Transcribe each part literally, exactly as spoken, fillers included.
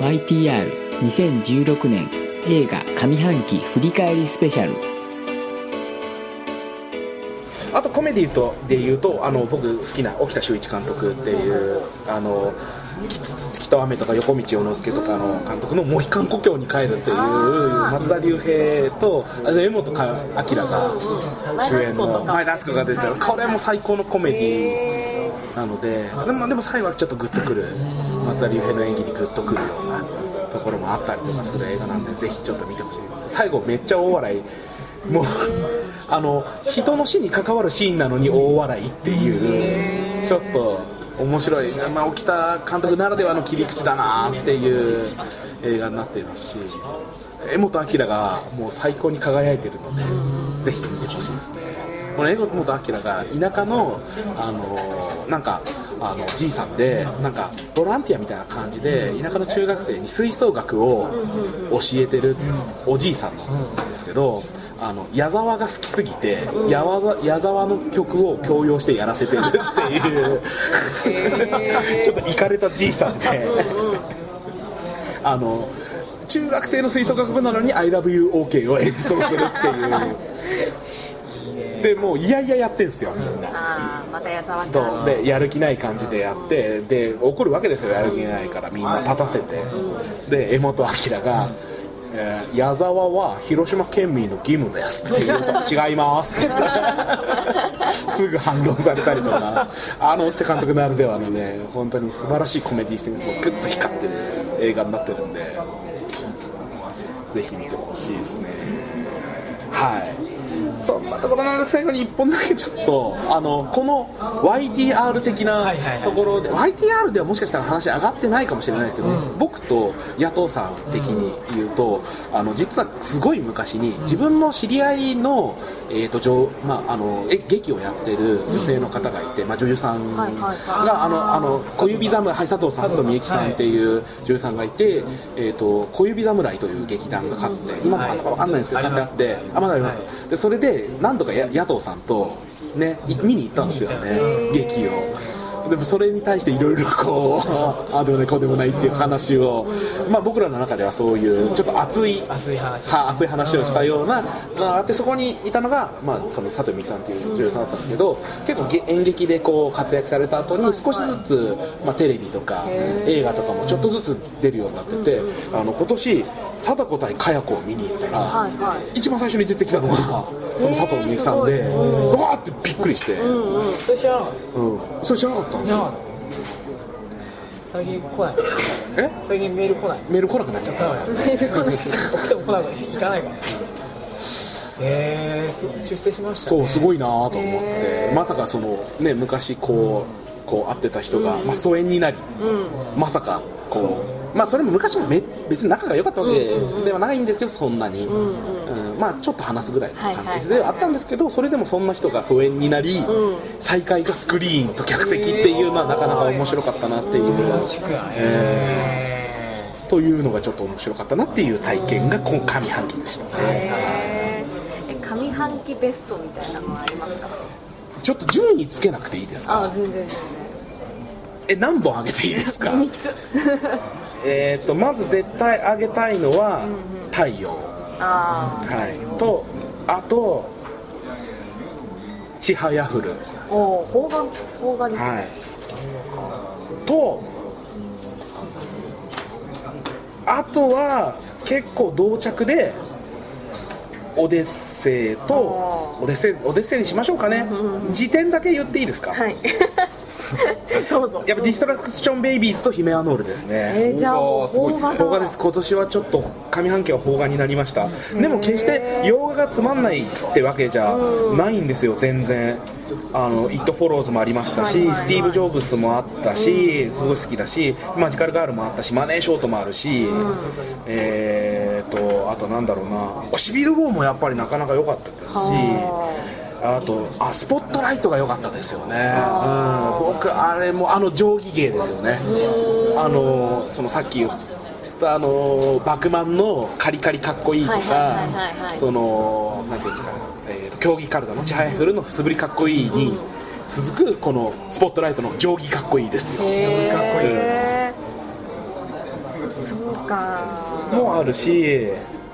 ワイティーアールにせんじゅうろく 年映画上半期振り返りスペシャル。 あとコメディとでいうと、あの僕好きな沖田修一監督っていう、あの月と雨とか横道世之助とかの監督のモヒカン故郷に帰るっていう松田龍平と柄本明が主演の前田敦子が出てる、これも最高のコメディなので、でも、でも最後はちょっとグッとくる、松田龍平の演技にグッとくるようなところもあったりとかする映画なんで、ぜひちょっと見てほしい。最後めっちゃ大笑い、もうあの人の死に関わるシーンなのに大笑いっていう、ちょっと面白い、まあ、沖田監督ならではの切り口だなっていう映画になっていますし、柄本明がもう最高に輝いているので、ぜひ見てほしいですね。この柄本明が田舎の、あのなんかあのじいさんで、なんかボランティアみたいな感じで田舎の中学生に吹奏楽を教えてるおじいさんなんですけど、あの矢沢が好きすぎて矢沢、矢沢の曲を強要してやらせてるっていうちょっとイカれたじいさんであの中学生の吹奏楽部なのに I love you OK を演奏するっていうでもういやいややってんすよ、みんな。 あまた矢沢とでやる気ない感じでやって、で怒るわけですよ、やる気ないからみんな立たせて、で柄本明がえー、矢沢は広島県民の義務ですっていう違いますってすぐ反論されたりとか、あの沖田監督ならではのね、本当に素晴らしいコメディセンスもグッと光ってる映画になってるんで、ぜひ見てほしいですね。はい、そんなところなんで、最後にいっぽんだけちょっとあのこの ワイティーアール 的なところで、 ワイティーアール ではもしかしたら話上がってないかもしれないですけど、うん、僕と野党さん的に言うと、あの実はすごい昔に自分の知り合いの、えーと女まあ、あのえ劇をやってる女性の方がいて、まあ、女優さんが、あのあの小指侍、はい、佐藤さんとみゆきさんっていう女優さんがいて、えーと小指侍という劇団がかつて、今もあるのか分かんないんですけど、かつてあって、あ、まだあります。でそれで何度かや野党さんとね見に行ったんですよね、劇を。でもそれに対していろいろこうああでもないこうでもないっていう話を、まあ、僕らの中ではそういうちょっと熱い熱い話、は熱い話をしたようながあって、そこにいたのが、まあ、その佐藤美希さんという女優さんだったんですけど、結構演劇でこう活躍された後に少しずつ、まあ、テレビとか映画とかもちょっとずつ出るようになってて、あの今年貞子対佳代子を見に行ったら、はいはい、一番最初に出てきたのがその佐藤美希さんで、うわーってびっくりして、うんうん、それ知らなかった、うん、それ知らなかったんですよ。 最近来ない。 え？ 最近メール来ない。 メール来なくなっちゃった。 メール来ない。送っても来なくない。行かないから。えー、出世しましたね。 そう、すごいなと思って、まさかそのね、昔こうこう会ってた人が、うん、まあ、疎遠になり、うん、まさかこう。まあ、それも昔もめ別に仲が良かったわけではないんですけど、そんなに、うんうんうん、まあ、ちょっと話すぐらいの関係性ではあったんですけど、それでもそんな人が疎遠になり、うん、再会がスクリーンと客席っていうのはなかなか面白かったなっていう、えー、というのがちょっと面白かったなっていう体験が今上半期でしたね。 えー、上半期ベストみたいなのはありますか？ ちょっと順位つけなくていいですか？ あ、全然。 え、何本あげていいですか？ みっつえーとまず絶対あげたいのは、うんうん、太陽、 あ、 はい、とあとちはやふる、 お邦画邦画ですね、はい、 とあとは結構同着でオデッセイとオデッセイオデッセイにしましょうかね、うんうん、時点だけ言っていいですか？ はいどうぞ。 やっぱディストラクションベイビーズとヒメアノールですね。 えー、じゃあもう邦画邦画です。今年はちょっと上半期は邦画になりました。でも決して洋画がつまんないってわけじゃないんですよ、全然。あのイットフォローズもありましたし、はいはいはい、スティーブ・ジョブズもあったし、すごい好きだし、マジカルガールもあったし、マネーショートもあるし、うん、えーとあとなんだろうな、シビル・ウォーもやっぱりなかなか良かったですし、あとあスポットライトが良かったですよね、うん、僕あれもあの定規芸ですよね、あのそのさっき言ったあのバクマンのカリカリかっこいいとか、そのなんていうんですか、えーと競技カルタのちはやふるの素振りかっこいいに続くこのスポットライトの定規かっこいいですよ。 へー、 そうかもあるし、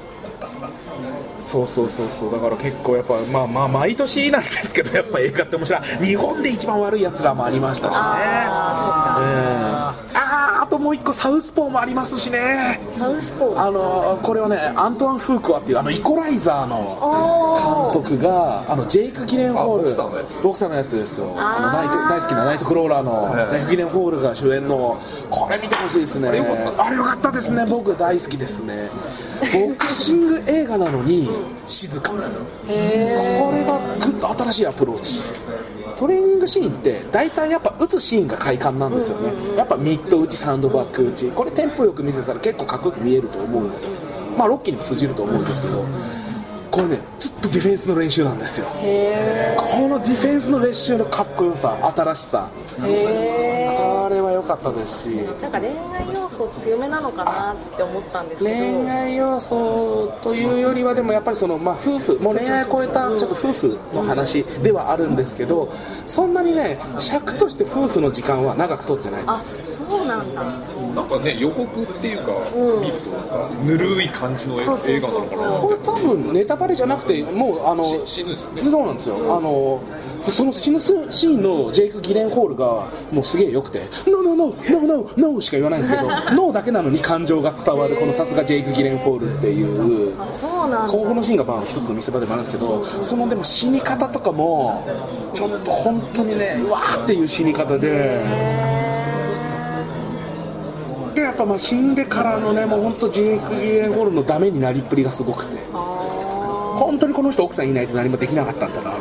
そうそうそうそう、だから結構やっぱまあまあ毎年なんですけど、やっぱ映画って面白い。日本で一番悪いやつらもありましたしね。あー、そっか、うん、あー、あともう一個サウスポーもありますしね。 サウスポー、 あのこれはね、アントワン・フークワっていうあのイコライザーの監督が、あのジェイク・ギレンホール、ボクサーのやつ、ボクサーのやつですよ。あのナイト大好きなナイトクローラーのジェイク・ギレンホールが主演の、これ見てほしいですね。あれよかったですね。僕大好きですね。ボクシング映画なのに静か、へこれがグッと新しいアプローチ。トレーニングシーンって大体やっぱ打つシーンが快感なんですよね。やっぱミッド打ち、サンドバック打ち、これテンポよく見せたら結構かっこよく見えると思うんですよ。まあロッキーにも通じると思うんですけど、これねずっとディフェンスの練習なんですよ。へこのディフェンスの練習のかっこよさ、新しさ、へこれは良かったですし、 なんか恋愛要素強めなのかなって思ったんですけど、 恋愛要素というよりはでもやっぱりその、まあ、夫婦もう恋愛を超えたちょっと夫婦の話ではあるんですけど、そんなにね尺として夫婦の時間は長く取ってないんです。 あ、そうなんだ。 なんかね、予告っていうか、うん、見るとなんかぬるい感じの映画なのかな。 これ多分ネタバレじゃなくて、もうあの死ぬんですよね。 そうなんですよ、うん、あのその死ぬシーンのジェイク・ギレンホールがもうすげえ良くて、ノーノーノーノーノーノーしか言わないんですけどノーだけなのに感情が伝わる、このさすがジェイク・ギレンホールっていう興奮のシーンがまあ一つの見せ場でもあるんですけど、そのでも死に方とかもちょっと本当にね、うわーっていう死に方で、でやっぱまあ死んでからのね、もう本当ジェイク・ギレンホールのダメになりっぷりがすごくて、本当にこの人奥さんいないと何もできなかったんだな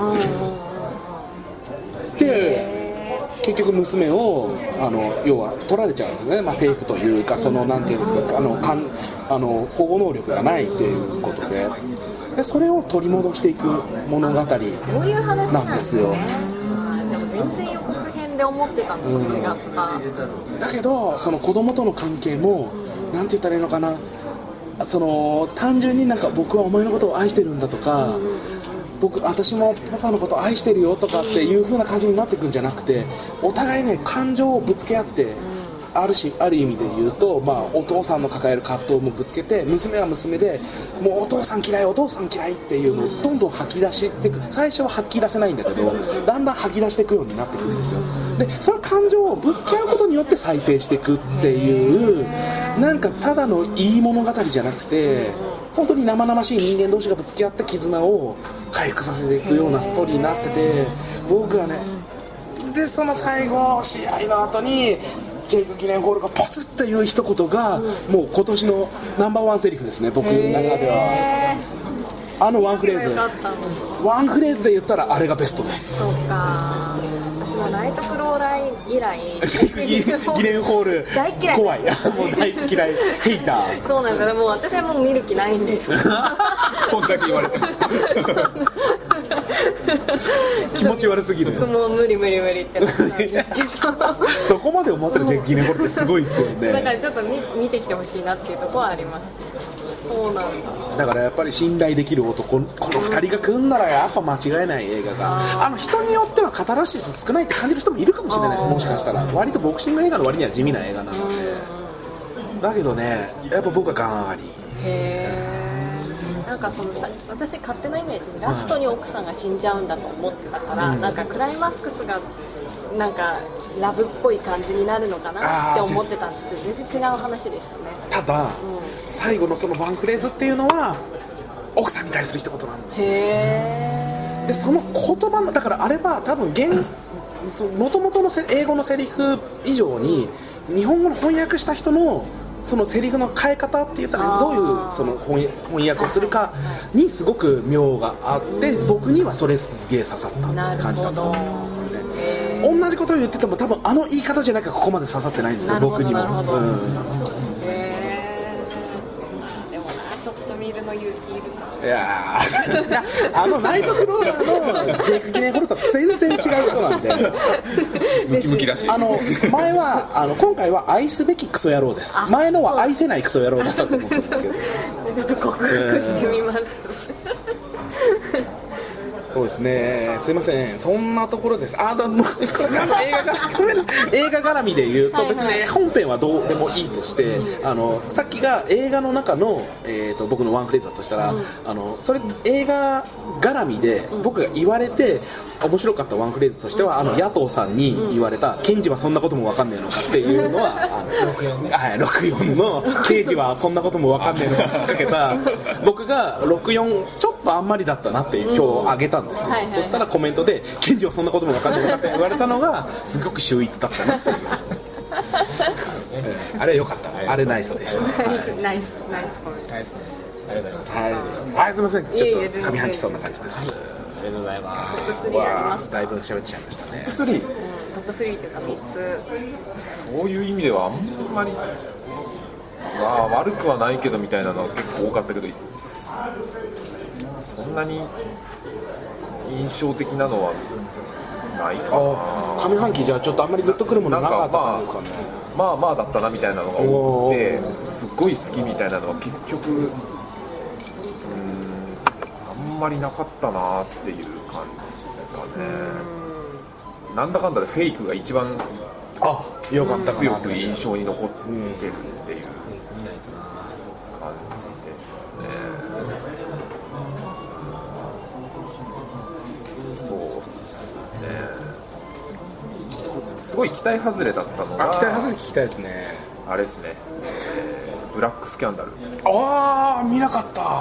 って。で結局娘をあの要は取られちゃうんですね、まあ、政府というか、そのなんていうんですか、あのかんあの保護能力がないということで、でそれを取り戻していく物語なんですよ。 そういう話なんですね。じゃあ全然予告編で思ってたのと違った、 うん、だけどその子供との関係もなんて言ったらいいのかな、その単純になんか僕はお前のことを愛してるんだとか、うん、僕私もパパのことを愛してるよとかっていう風な感じになっていくんじゃなくて、お互いね感情をぶつけ合って、あるしある意味で言うと、まあ、お父さんの抱える葛藤もぶつけて、娘は娘でもうお父さん嫌いお父さん嫌いっていうのをどんどん吐き出していく。最初は吐き出せないんだけど、だんだん吐き出していくようになっていくんですよ。でその感情をぶつけ合うことによって再生していくっていう、なんかただのいい物語じゃなくて、本当に生々しい人間同士がぶつけ合って絆を回復させていくようなストーリーになってて、僕はね、でその最後試合の後にジェイク・ギレンホールがポツっていう一言が、もう今年のナンバーワンセリフですね、僕の中では。あのワンフレーズワンフレーズで言ったらあれがベストです。 そうか、私もナイトクローラー以来ジェイク・ギレンホール大嫌い、 怖いもう大嫌いヘイター。 そうなんですよ。でも私はもう見る気ないんですこんだけ言われて気持ち悪すぎる。 もう無理無理無理ってなったんですけどそこまで思わせるジェイク・ギレンホールってすごいですよね。 だからちょっと 見, 見てきてほしいなっていうところはあります。そうなんだ。 だからやっぱり信頼できる男、このふたりが組んだらやっぱ間違いない映画が、あの人によってはカタルシス少ないって感じる人もいるかもしれないです。もしかしたら割とボクシング映画の割には地味な映画なので、だけどねやっぱ僕はガン上がり。 へー、なんかそのさ、私勝手なイメージでラストに奥さんが死んじゃうんだと思ってたから、うん、なんかクライマックスがなんかラブっぽい感じになるのかなって思ってたんですけど、全然違う話でしたね。 ただ、うん、最後のそのワンフレーズっていうのは奥さんに対する一言なんです。へー。でその言葉のだからあれは多分現もともとの英語のセリフ以上に日本語の翻訳した人のそのセリフの変え方って言ったらどういうその翻訳をするかにすごく妙があって、僕にはそれすげえ刺さったって感じだと思うんですよね。同じことを言ってても多分あの言い方じゃなきゃここまで刺さってないんですよ、僕にも。うん、 へー。でもな、ちょっと見るの勇気いるな。 いやあのナイトクローラーのジェイク・ギレンホールとは全然違う人なんでムキムキだし、 あの前はあの今回は愛すべきクソ野郎です。前のは愛せないクソ野郎だったと思うんですけどちょっと克服してみます、 そそうですね、すいません、そんなところです。あだもうこれが映画が映画絡みで言うと、別に本編はどうでもいいとして、あのさっきが映画の中の、えー、と僕のワンフレーズだとしたら、うん、あのそれ映画絡みで僕が言われて面白かったワンフレーズとしては、あの野党さんに言われた「検事はそんなことも分かんねえのか」っていうのはあのろくじゅうよん、ね、はい、ろくじゅうよんの「刑事はそんなことも分かんねえのか」かけた僕がろくじゅうよんちょっとあんまりだったなっていう票を上げたんですよ、うんはいはいはい、そしたらコメントで「検事はそんなことも分かんねえのか」って言われたのがすごく秀逸だったなっていうあれ良かった、あれナイスでした、 ナイスナイスナイスコメント、 ナイスありがとうございます。 はい、はい、すみません、ちょっと上半期そんな感じです。はい、 ありがとうございます。 トップスリーあります。 だいぶ喋っちゃいましたね。 トップスリー、うん、 トップスリーというかみっつ。 そういう意味ではあんまり、まあ悪くはないけどみたいなのは結構多かったけど、そんなに印象的なのはないかな。 上半期じゃあちょっとあんまりグッとくるものなかったんですかね。 まあまあだったなみたいなのが多くて、すっごい好きみたいなのは結局、うーん、あんまりなかったなっていう感じですかね。なんだかんだでフェイクが一番あよかった強く印象に残ってるっていう感じですね。そうっすね。すごい期待外れだったのが、 あ、期待外れ聞きたいですね。 あれですね、えー、ブラックスキャンダル。 ああ、見なかった。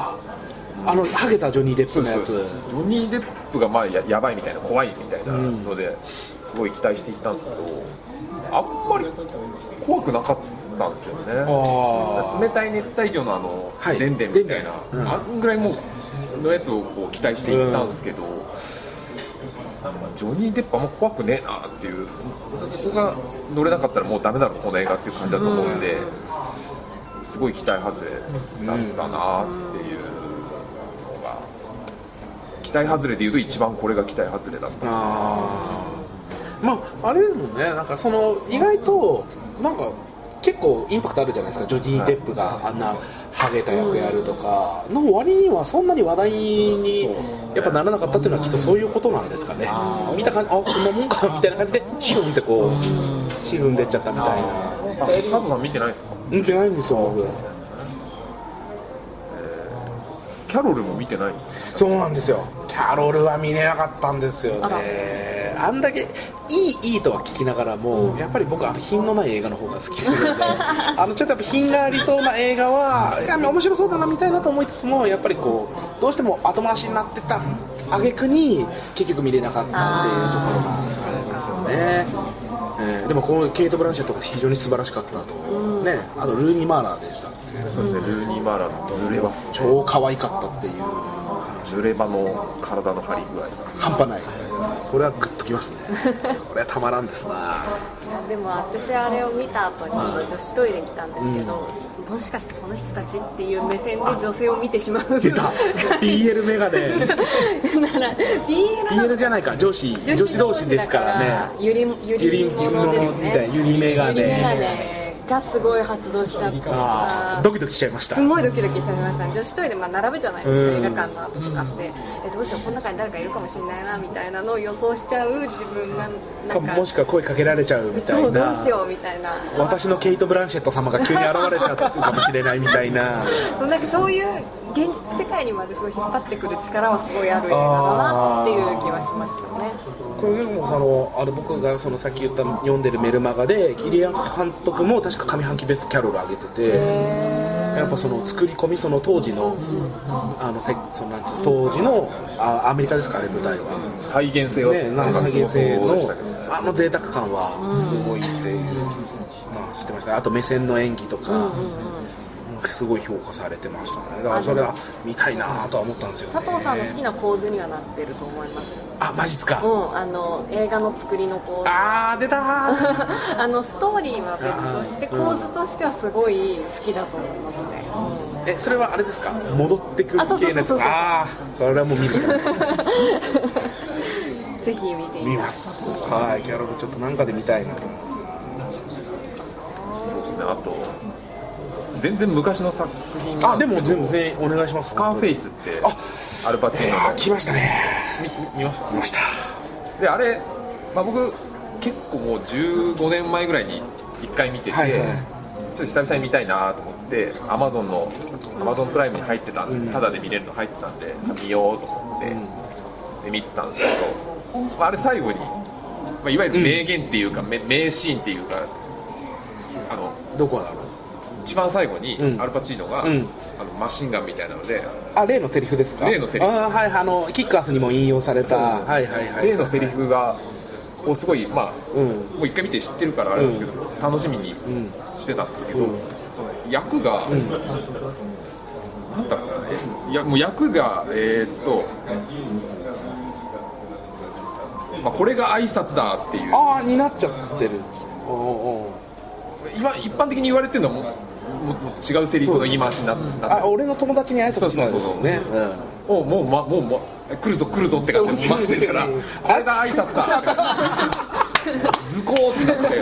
あのハゲたジョニー・デップのやつ。 そうそうそう、ジョニー・デップがまあ や, やばいみたいな、怖いみたいなので、うん、すごい期待していったんですけど、あんまり怖くなかったんですよね。冷たい熱帯魚のあの、はい、デンデンみたいな、うん、あんぐらいもうのやつをこう期待していったんですけど、うん、ジョニー・デップあんま怖くねえなっていう、そこが乗れなかったらもうダメだろこの映画っていう感じだと思うんで、すごい期待外れだったなっていうのが、期待外れでいうと一番これが期待外れだった。 あ、まああれですもんね、なんかその意外となんか結構インパクトあるじゃないですか、ジョニー・デップがあんなハゲた役やるとかの割にはそんなに話題にやっぱならなかったっていうのはきっとそういうことなんですかね。見た感じ、あ、こんなもんかみたいな感じでシュンってこう沈んでっちゃったみたいな。 佐藤さん見てないですか？ 見てないんですよ僕。 キャロルも見てないんですか？ そうなんですよ、キャロルは見れなかったんですよね。あんだけいいいいとは聞きながらも、やっぱり僕は品のない映画の方が好きするのであのちょっとやっぱ品がありそうな映画はいや面白そうだなみたいなと思いつつも、やっぱりこうどうしても後回しになってた挙句に結局見れなかったっていうところがありますよね。えー、でもこのケイト・ブランシェットが非常に素晴らしかったと、うん、ね、あとルーニー・マーラーでしたっけ。 そうですね、ルーニー・マーラーの濡れ場、 超可愛かったっていう濡れ場の体の張り具合半端ない。それはグッときますねそれはたまらんですな。いやでも私あれを見た後に女子トイレに行ったんですけど、うん、もしかしてこの人たちっていう目線で女性を見てしまう。 出たビーエル メガネなら ビーエルじゃないか、女子女子同士ですからね。 ゆりゆりものですね。 ゆりメガネ。 ゆりメガネがすごい発動しちゃったから、 ドキドキしちゃいました。 すごいドキドキしちゃいましたね。女子トイレ、まあ、並ぶじゃないですか、映画館の後とかって、えどうしようこの中に誰かいるかもしれないなみたいなのを予想しちゃう自分がなんか、 もしくは声かけられちゃうみたいな、 そうどうしようみたいな、 私のケイト・ブランシェット様が急に現れちゃうかもしれないみたいなそうなんかそういう現実世界にまですごい引っ張ってくる力はすごいある映画だなっていう気はしましたね。 これでもそのあれ僕がそのさっき言った読んでるメルマガでギリアン監督も確か上半期ベストキャロル上げてて、やっぱその作り込み、その当時の、うん、あのそのなんつう当時のあアメリカですか、あれ舞台は再現性は、 ね、なんか再現性のあの贅沢感はすごいっていう、うん、まあ知ってました。あと目線の演技とか、うんうんうん、すごい評価されてましたね。だからそれは見たいなとは思ったんですよね。 佐藤さんの好きな構図にはなってると思います。 あ、マジっすか。 うん、あの映画の作りの構図。 あー出たーあのストーリーは別として構図としてはすぜひ好きだと思いますね。 うん、えそれはあれですか、戻ってくる系のやつ。ああ、それはもう見るしかないですぜひ見てみます。はい、キャロルちょっとなんかで見たいな。そうですね。あと全然昔の作品。 あ、でも全然お願いします。 スカーフェイスってあアルパチーノの、 えー、来ましたね。 見, 見ました見ました。 であれ、まあ、僕結構もうじゅうごねんまえぐらいにいっかい見てて、はいはい、ちょっと久々に見たいなと思ってアマゾンのアマゾンプライムに入ってたんで、うん、タダで見れるの入ってたんで見ようと思って、うん、で見てたんですけど、まあ、あれ最後に、まあ、いわゆる名言っていうか、うん、名シーンっていうか、あのどこだろう、 一番最後にアルパチーノが、うん、あのマシンガンみたいなので、 あ、例のセリフですか。 例のセリフ、 あ、はい、あのキッカースにも引用された、はいはいはい、 例のセリフがをすごい、まあ、うん、もう一回見て知ってるからあれですけど、うん、楽しみにしてたんですけど、うん、その役が、うん、なんだろうね、いやもう役がえー、っと、まあ、これが挨拶だっていう、 ああになっちゃってる。おお、 今一般的に言われてるのはもうもも違うセリフの言い回しになって、 あ、俺の友達に挨拶したんですよね。 もうもうもうもう来るぞ来るぞって感じで待ってたら、これが挨拶だ図工ってなって、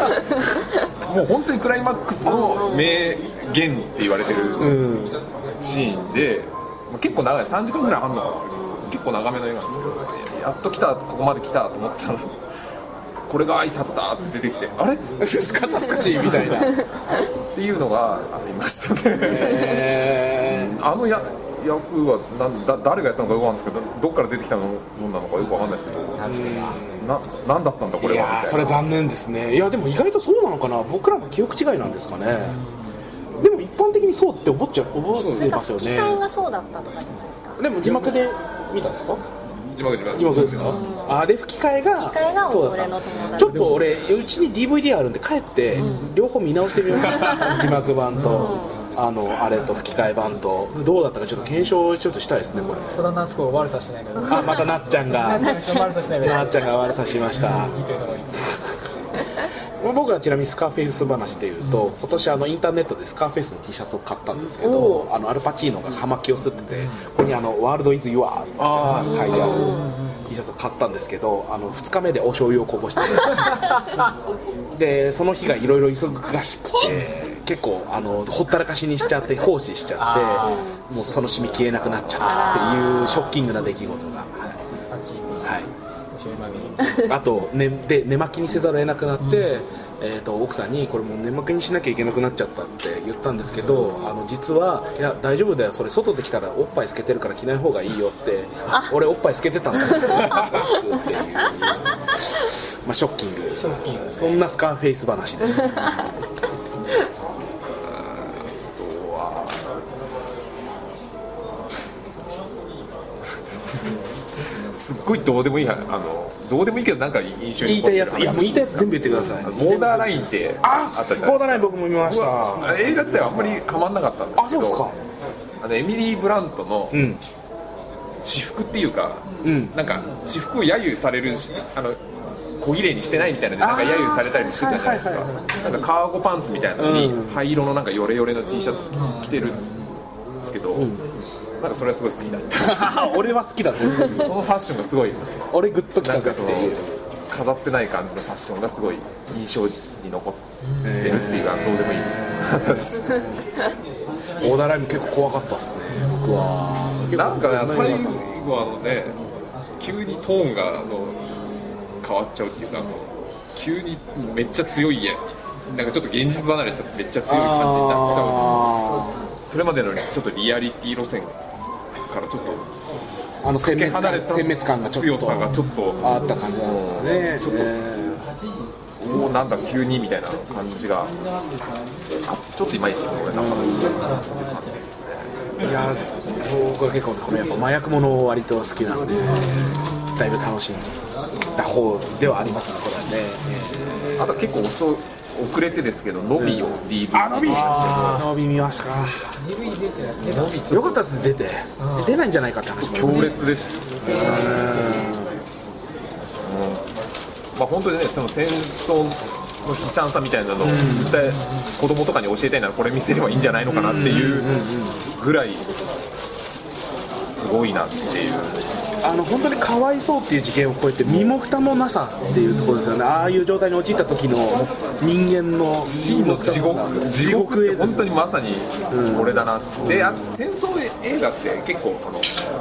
もう本当にクライマックスの名言って言われてるシーンで、結構長い、さんじかんぐらいあるのかな、結構長めの映画なんですけど、やっと来た、ここまで来たと思ったら、これが挨拶だって出てきて、あれスカタスカしいみたいなっていうのがありましたね。えー、あのや役はなんだ誰がやったのかよくわかんないですけど、どっから出てきたのなのかよくわかんないですけど、ななんだったんだこれはみたいな。いやそれ残念ですね。いやでも意外とそうなのかな、僕らの記憶違いなんですかね。でも一般的にそうって思っちゃう、覚えてますよね。 吹き替えがそうだったとかじゃないですか。 でも字幕で見たんですか。 字幕字幕字幕ですか。あで吹き替えがそうだった。ちょっと俺うちに ディーブイディー あるんで帰って両方見直してみようか字幕版と。あのあれと吹き替え版とどうだったかちょっと検証ちょっとしたいですねこれ。 戸田夏子悪さしてないけど。 あまたなっちゃんが。 なっちゃんが悪さしてないけど。 なっちゃんが悪さしました。僕はちなみにスカーフェイス話でいうと、うん、今年あのインターネットでスカーフェイスの T シャツを買ったんですけど、あのアルパチーノが葉巻を吸ってて、ここにあのワールドイズユアーって書いてある T シャツを買ったんですけど、あのふつかめでお醤油をこぼしてでその日がいろいろ忙しくて結構あのほったらかしにしちゃって放置しちゃってもうそのシミ消えなくなっちゃったっていうショッキングな出来事が、はい、あと、ね、で寝巻きにせざるを得なくなって、うんえー、と奥さんにこれもう寝巻きにしなきゃいけなくなっちゃったって言ったんですけど、あの実はいや大丈夫だよそれ外で着たらおっぱい透けてるから着ない方がいいよって俺おっぱい透けてたんだっていう、まあ、ショッキング、ショッキング、ね、そんなスカーフェイス話ですすっごいどうでもいい、あのどうでもいいけどなんか印象に言いたいやつ、いやもう言いたいやつ全部言ってください。 ボーダーラインってあったじゃないですか。 ボーダーライン僕も見ました。 映画自体はあんまりハマんなかったんですけど、 あ、そうですか。 あのエミリー・ブラントの私服っていうか、うん、なんか私服を揶揄されるあの小綺麗にしてないみたいなのでなんか揶揄されたりもしてたじゃないですか。なんかカーゴパンツみたいなのに灰色のなんかヨレヨレの T シャツ着てるんですけど、うんなんかそれはすごい好きだった俺は好きだぞそのファッションがすごい俺グッときたぜっていう飾ってない感じのファッションがすごい印象に残ってるっていうかどうでもいい話オーダーライン結構怖かったっすね僕は。 なんか、ね、最後あのね急にトーンがあの変わっちゃうっていうか急にめっちゃ強いなんかちょっと現実離れしためっちゃ強い感じになっちゃう。それまでのちょっとリアリティ路線からちょっとあの殲滅感、殲滅感がちょっと強さがちょっとあった感じなんですかね。 ちょっと、えー、もうなんだ急にみたいな感じがちょっといまいちこれなかなかっていう感じですね。 いや僕は結構このやっぱ麻薬もの割と好きなのでだいぶ楽しんだ方ではありますねこれはね。 えー、あと結構遅い遅れてですけどノビを ディーブイディーあノビノビ見ましたか。 ディーブイディー 出てノビよかったですね出て出ないんじゃないかって話強烈でした。まあ本当にねその戦争の悲惨さみたいなのを絶対子供とかに教えたいならこれ見せればいいんじゃないのかなっていうぐらいすごいなっていう。 あの本当にかわいそうっていう事件を超えて身も蓋もなさっていうところですよね。ああいう状態に陥った時の人間の真の地獄地獄絵です、 本当にまさにこれだなって、うん、であ戦争映画って結構その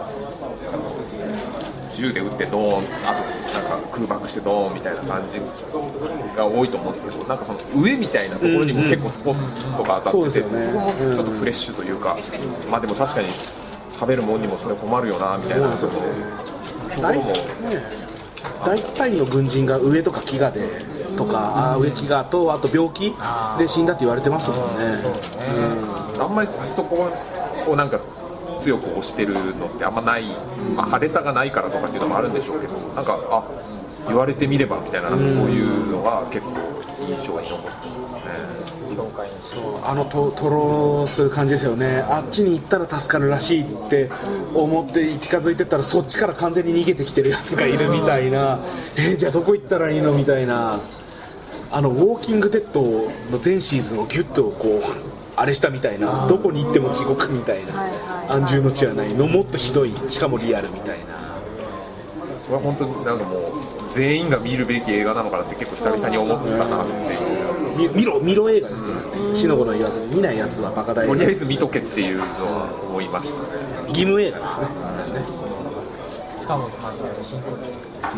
銃で撃ってドーン、あとなんか空爆してドーンみたいな感じが多いと思うんですけど、なんかその上みたいなところにも結構スポットが当たってて、うんうん、そ, ね、そこもちょっとフレッシュというか、うん、まあでも確かに食べるもんにもそれ困るよなみたいなところも、 大体の軍人が上とか飢餓でとか、うん、上飢餓とあと病気で死んだって言われてますもんね。 うん、あんまりそこをなんか強く推してるのってあんまない、まあ、派手さがないからとかっていうのもあるんでしょうけど、なんかあ言われてみればみたいな、なんかそういうのが結構印象に残ってますね。 そうあのととろする感じですよね。あっちに行ったら助かるらしいって思って近づいてったらそっちから完全に逃げてきてるやつがいるみたいな、えー、じゃあどこ行ったらいいのみたいな、あのウォーキングデッドの全シーズンをギュッとこうあれしたみたいな、どこに行っても地獄みたいな、安住の地はないのもっとひどい、しかもリアルみたいな。 これは本当になんかもう全員が見るべき映画なのかなって結構久々に思ったなっていう。 見ろ見ろ映画ですね。しのごの言わずに見ないやつはバカだよ。 とりあえず見とけっていうのは思いましたね。 義務映画ですね。 塚本監督の新婚期ですね。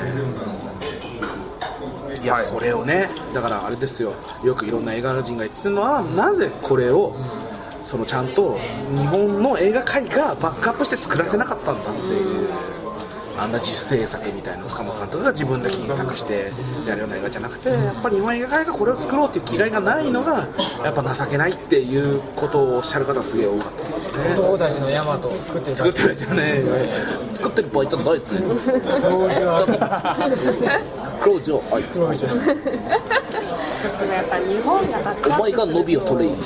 いや、これをね、だからあれですよ、よくいろんな映画人が言ってるのは、なぜこれをそのちゃんと日本の映画界がバックアップして作らせなかったんだっていう、あんな自主制作みたいな塚本監督が自分で金策してやるような映画じゃなくて、やっぱり日本映画界がこれを作ろうっていう気概がないのがやっぱ情けないっていうことをおっしゃる方がすげえ多かったですよね。 男たちのヤマトを作ってる作ってるじゃね作ってる場合じゃないっつうのクロージョーあいつでもやっぱ日本がバックアップすると、お前が伸びを取れい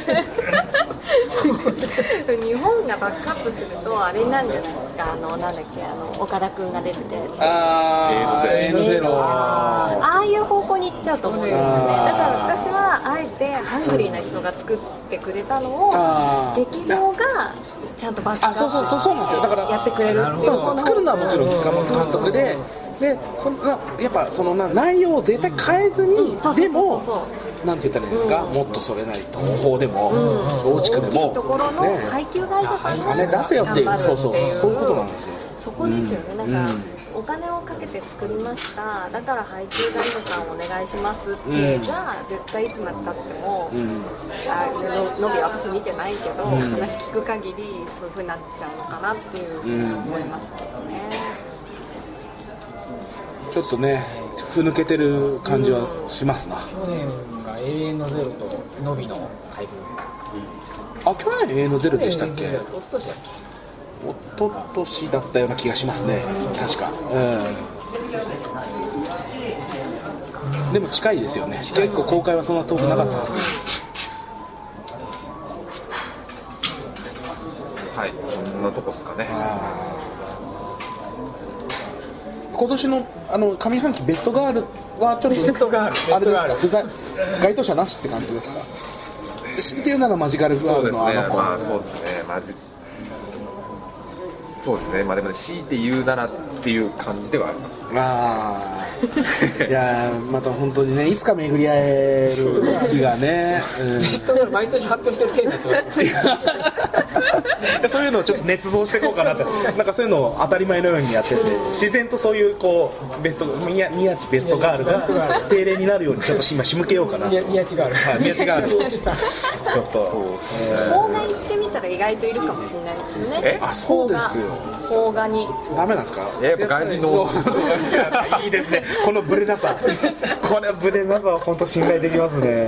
日本がバックアップするとあれなんじゃないですか、あのなんだっけ、あの岡田君が出てて、 あー エーエヌゼロああいう方向に行っちゃうと思うんですよね。だから私はあえてハングリーな人が作ってくれたのを劇場がちゃんとバックアップしてやってくれるっていうのを作るのはもちろん塚本監督で、でそのやっぱその内容を絶対変えずに、うん、でもなんて言ったらいいですか、うん、もっとそれなり東宝でも松竹、うん、でも大きいところの配給会社さんが金出せよっていう、そうそうそういうことなんですよ。 そこですよね、うん、なんか、うん、お金をかけて作りました、だから配給会社さんお願いしますって、うん、じゃあ絶対いつまでたっても、うん、あののび私見てないけど、うん、話聞く限りそういう風になっちゃうのかなっていうふうに思いますけどね。 ちょっとね、ふぬけてる感じはしますな。 去年が永遠のゼロとのびの怪物、 うん、あ、去年永遠のゼロでしたっけ？ おととしだっけ？ おととしだったような気がしますね、確か、うん、でも近いですよね。結構公開はそんな遠くなかったはずです。 はい、そんなとこっすかね。 今年のあの上半期ベストガールはちょっとベストガールあれですか、不在該当者なしって感じですか？強いて言うならマジカルガールのあの子、 まあそうですね、マジそうですね、まあでも強いて言うならっていう感じではありますね。 あいやまた本当にね、いつか巡り合える日がね、うん、 ベストガール毎年発表してるテーマってそういうのをちょっと捏造していこうかなってなんかそういうのを当たり前のようにやってて、自然とそういうこうベスト宮地ベストガールが定例になるようにちょっと今仕向けようかなと。 宮地ガール、 はい、宮地ガールちょっと邦画行ってみたら意外といるかもしれないですよね。 えあ、そうですよ。 邦画にダメなんですか？ やっぱ外人のいいですね、このブレなさこれブレなさは本当信頼できますね。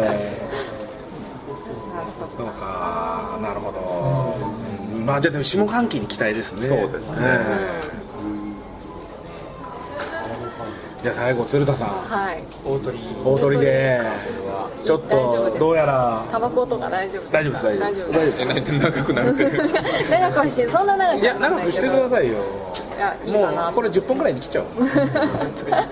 なるほど、なるほど、うん、まあじゃあでも下半期に期待ですね。 そうですね、 うん、じゃあ最後鶴田さん、 はい、 大鳥大鳥でちょっとどうやらタバコとか大丈夫大丈夫です大丈夫です大丈夫です長くなる長くはしてそんな長くいや長くしてくださいよ。 いやいいかな。 もうこれじゅっぽんくらいに切っちゃおう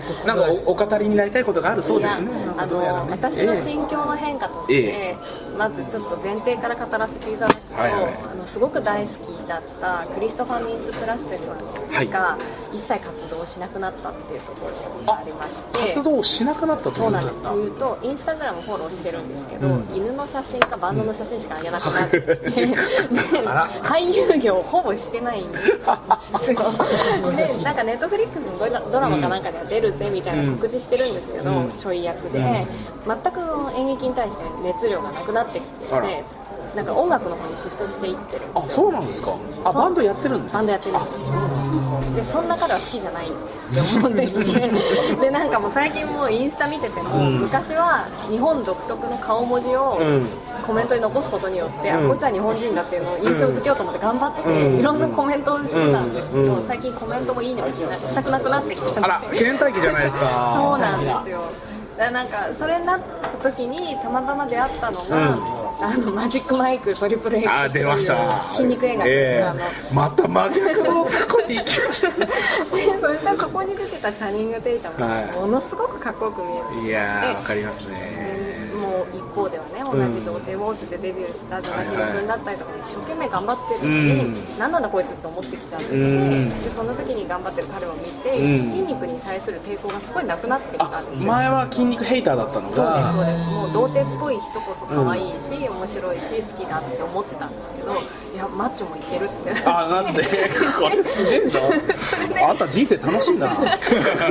なんか お, お語りになりたいことがあるそうですね。 あの、ね、私の心境の変化として、えー、まずちょっと前提から語らせていただくと、はいはい、あのすごく大好きだったクリストファー・ミンツ・プラッセさんが一切活動しなくなったっていうところがありまして、 活動しなくなったとそうなんです。というとインスタグラムフォローしてるんですけど、うん、犬の写真かバンドの写真しか上げなくなってて、うん、で俳優業ほぼしてないんですよ。でなんかネットフリックスのドラ、ドラマかなんかでは出るぜみたいな告知してるんですけど、うん、ちょい役で、うん、全くその演劇に対して熱量がなくなってきていて、なんか音楽の方にシフトしていってるんですよ。 あ、そうなんですか。あ、バンドやってるんバンドやってるんですよ。でそんな彼は好きじゃないって思ってきてでなんかもう最近もうインスタ見てても、うん、昔は日本独特の顔文字をコメントに残すことによって、うん、あこいつは日本人だっていうのを印象付けようと思って頑張って、うん、いろんなコメントをしてたんですけど、うん、最近コメントもいいねもしなしたくなくなってきちゃって、 あら倦怠期じゃないですか。 そうなんですよ。だからなんかそれになった時にたまたま出会ったのが、うん、あのマジックマイクトリプル X あ出ました筋肉映画です、 えー、また真逆のとこに行きましたねそしたらそこに出てたチャニング・テイタムがものすごくかっこよく見えるんですよ。 いやーわかりますね。 もう一方ではね、同じ童貞ウォーズでデビューしたジョナヒロ君だったりとか一生懸命頑張ってるのに、うん、何なんだこいつって思ってきちゃって、うん、でその時に頑張ってる彼を見て、うん、筋肉に対する抵抗がすごいなくなってきたんですよ。 前は筋肉ヘイターだったのがそうですそうです。もう童貞っぽい人こそ可愛いし、うん、面白いし好きだって思ってたんですけど、いやマッチョもいけるってあなんでこれすげえぞあんた人生楽しいなこれで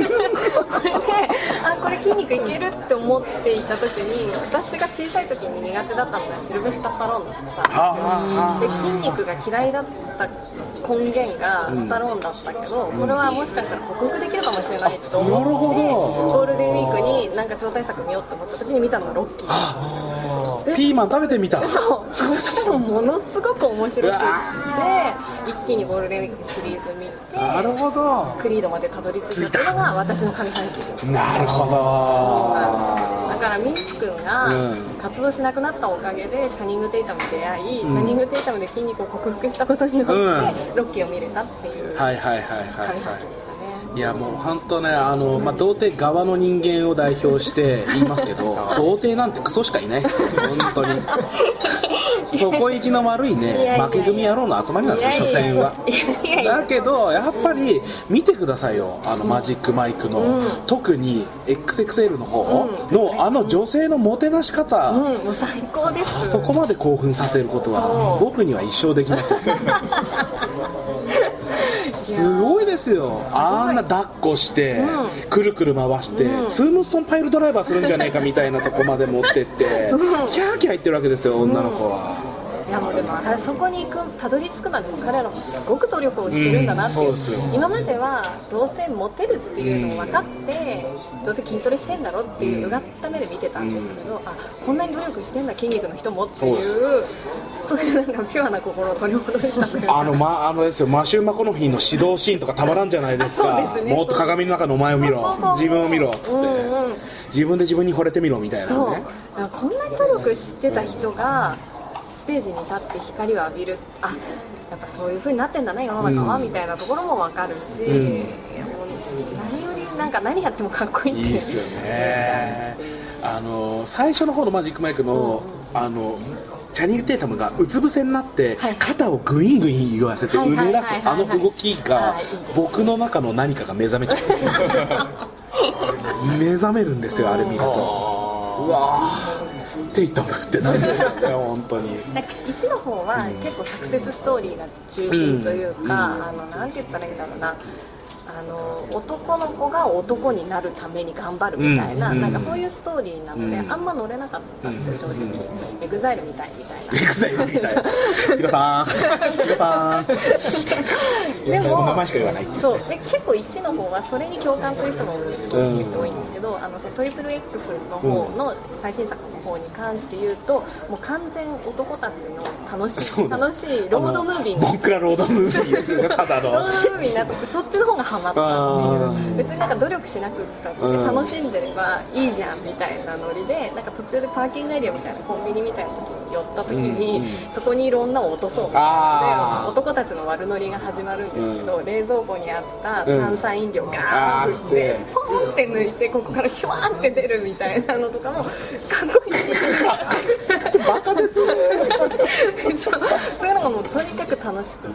あこれ筋肉いけるって思っていた時に、私が小さい時に苦手だったのがシルベスタ・スタローンだったんですよ。で筋肉が嫌いだった根源がスタローンだったけど、うん、これはもしかしたら克服できるかもしれないと思って、なるほどゴールデンウィークになんか超大作見ようと思った時に見たのがロッキーなんですよ。 ピーマン食べてみた。 そうそしたらものすごく面白くって一気にゴールデンウィークシリーズ見て、 なるほどクリードまでたどり着いたのが私の上半期です。 なるほど。 そうなんですよ。だからミンツ君が活動しなくなったおかげでチャニング・テイタムに出会い、うん、チャニング・テイタムで筋肉を克服したことによって、うん、ロッキーを見れたっていう上半期でしたね。 いやもう本当ね、あの、まあ、童貞側の人間を代表して言いますけど童貞なんてクソしかいないですよ本当に底意地の悪いね負け組野郎の集まりなんですよ所詮は。だけどやっぱり見てくださいよ、あのマジックマイクの、うん、特に エックスエックスエル の方のあの女性のもてなし方、 うん、もう最高です。 あそこまで興奮させることは僕には一生できませんすごいですよ。あんな抱っこして、うん、くるくる回して、うん、ツームストンパイルドライバーするんじゃないかみたいなとこまで持ってって、うん、キャーキャー言ってるわけですよ女の子は。 いやもうでもあそこに行くたどり着くまでも彼らもすごく努力をしてるんだなっていう、うん、そうですよ。今まではどうせモテるっていうのを分かって、うん、どうせ筋トレしてんだろっていううがった目で見てたんですけど、うん、あこんなに努力してんだ筋肉の人もっていうそういうなんかピュアな心を取り戻したというか、 あの、ま、あのですよマシュー・マコノヒーの指導シーンとかたまらんじゃないですかです、ね、もっと鏡の中のお前を見ろ自分を見ろっつって、うんうん、自分で自分に惚れてみろみたいなね。 そうこんなに努力してた人がステージに立って光を浴びる、あやっぱそういう風になってんだな世の中は、うん、みたいなところも分かるし、うん、いやもう何よりなんか何やってもかっこいいっていいですよね。あの最初の方のマジックマイクの、うん、あのチャニング・テイタムがうつ伏せになって肩をグイングイン言わせてうねらすあの動きが僕の中の何かが目覚めちゃうんですよ目覚めるんですよあれ見ると。うわテイタムってなんですよね本当に。 なんかいちの方は結構サクセスストーリーが中心というか、うん、あのなんて言ったらいいんだろうな、あの男の子が男になるために頑張るみたいな、うん、なんかそういうストーリーなので、うん、あんま乗れなかったんですよ正直、うん、エグザイルみたいみたいなエグザイルみたいヒロさんヒロさんでも名前しか言わないっていう、ね、 そうで結構いちの方はそれに共感する人も多いです、好きっていう人多いんですけど、あのそのトリプル X の方の最新作の方に関して言うともう完全男たちの楽しい楽しいロードムービーに僕らロードムービーですよただのロードムービーになってそっちの方がハマったっていう、別になんか努力しなくったって楽しんでればいいじゃんみたいなノリで、なんか途中でパーキングエリアみたいなコンビニみたいな時に寄った時に、うん、そこにいる女を落とそうみたいなので男たちの悪ノリが始まるんですけど、うん、冷蔵庫にあった炭酸飲料ガーッ振ってポンって抜いてここからシュワーって出るみたいなのとかもかっこいいバカですねそうそういうのがもうとにかく楽しくって、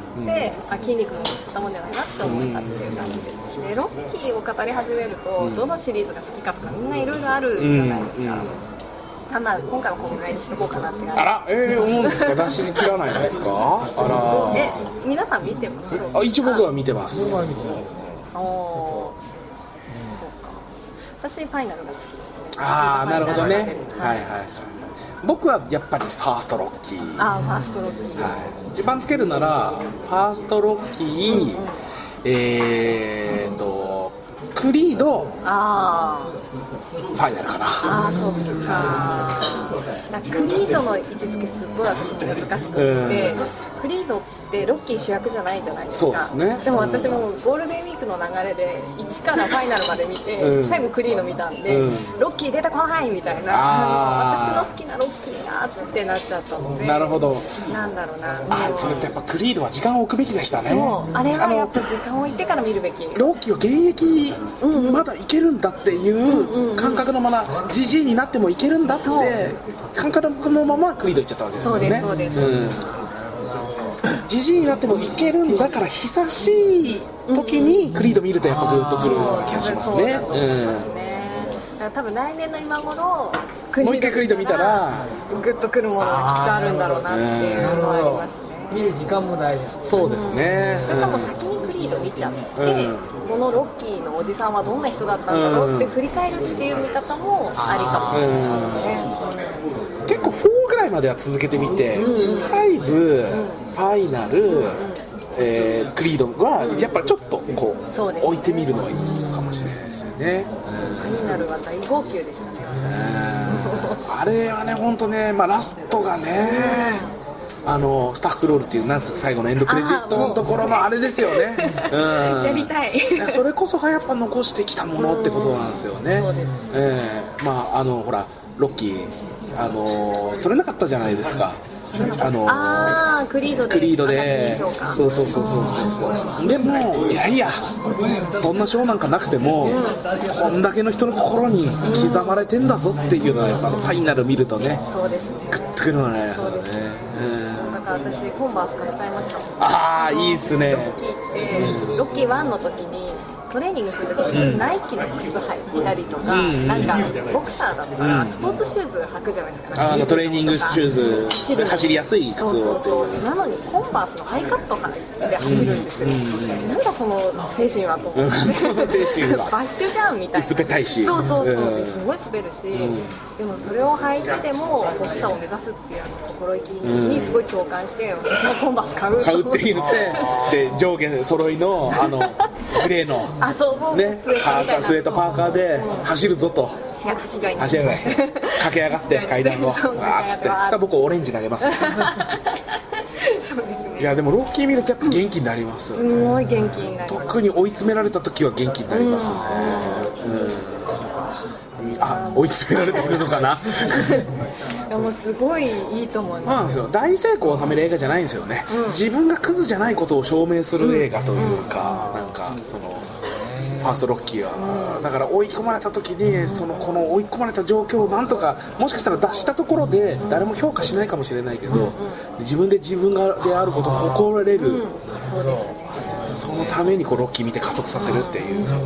うん、あ筋肉も吸ったもんじゃないなって思えたっていう感じですね。でロッキーを語り始めると、うん、どのシリーズが好きかとかみんないろいろあるじゃないですか、うんうん、ただ今回はこのぐらいにしとこうかなって感じ。 あら、えー、思うんですか出し切らないんですかあらえ皆さん見てます？ あ一応僕は見てます僕は見てますね。おおそうか私ファイナルが好きですね。 ああなるほどね、はい、はいはい僕はやっぱりファーストロッキー。 あーファーストロッキー、 はい、一番つけるならファーストロッキー、うんうん、えーとクリードあファイナルかな。 ああそうかなんかクリードの位置づけすごい私も難しくて、うん、クリードってロッキー主役じゃないじゃないですか。 そうですね。 でも私もゴールデンウィークの流れでいちからファイナルまで見て、うん、最後クリード見たんで、うん、ロッキー出てこないみたいな私の好きなロッキーがってなっちゃったので。 なるほど。 なんだろうなあそれってやっぱクリードは時間を置くべきでしたね。 そうあれはやっぱ時間を置いてから見るべき。 ロッキーは現役まだいけるんだっていう感覚のままジジイになってもいけるんだって感覚のままクリードいっちゃったわけですよね。 そうですそうです、 うん、ジジイになってもいけるんだから久しい時にクリード見るとやっぱグッとくるような気がしますね。 多分来年の今頃もう一回クリード見たらグッとくるものがきっとあるんだろうなっていうのはありますね。 見る時間も大事。 そうですね、 うん、それかも先にクリード見ちゃって、うん、このロッキーのおじさんはどんな人だったんだろうって振り返るっていう見方もありかもしれないですね、 うん、結構フォーぐらいまでは続けてみて、うん、ファイブ、うん、ファイナル、うんえー、クリードはやっぱちょっとこう、うん、置いてみるのはいいのかもしれないですよね。 ファイナルは大号泣でしたね。 あれはね本当ね、まあ、ラストがね、あのスタッフロールっていうなんですか最後のエンドクレジットのところのあれですよね、 うん、やりたいそれこそがやっぱ残してきたものってことなんですよね。 そうですね、 えー、まああのほらロッキーあの取れなかったじゃないですか。あのあクリードでクリードでそうそうそうそうそうでもいやいやそんな賞なんかなくても、うん、こんだけの人の心に刻まれてんだぞっていうのはやっぱファイナル見るとねそうですねグッとくるのね。 そうですね、うん、だから私コンバース買っちゃいました。 ああいいっすね。 ロッキーってロッキーワンの時にトレーニングするとき普通ナイキの靴履いたりとか、うん、なんかボクサーだったらスポーツシューズ履くじゃないですか。 あのトレーニングシューズ走りやすい靴を。 そうそうそうなのにコンバースのハイカット履いて走るんですよ、うん、なんだその精神はと思って精神はバッシュじゃんみたいな。 滑たいしそうそうそう、うん、すごい滑るし、うん、でもそれを履いててもボクサーを目指すっていうあの心意気にすごい共感して、うん、私もコンバース買う買うって言ってで上下揃いのあのグレーのあそうそうね、スウェットパーカーで走るぞと、 うん、いや走りはいない走りはいない駆け上がって階段をわーっつってさあ僕オレンジ投げますそうですね。 いやでもロッキー見るとやっぱ元気になります、 うん、すごい元気になります。 特に追い詰められた時は元気になりますね、うんうんあ追い詰められてるのかないやもうすごいいいと思います。 そうなんですよ。大成功を収める映画じゃないんですよね、うん、自分がクズじゃないことを証明する映画というか、うんうん、なんかそのファーストロッキーは、うん、だから追い込まれた時にそのこの追い込まれた状況をなんとかもしかしたら脱したところで誰も評価しないかもしれないけど、うんうん、自分で自分がであることを誇れる、うん、 そうですね。 そのためにこうロッキー見て加速させるっていう、うん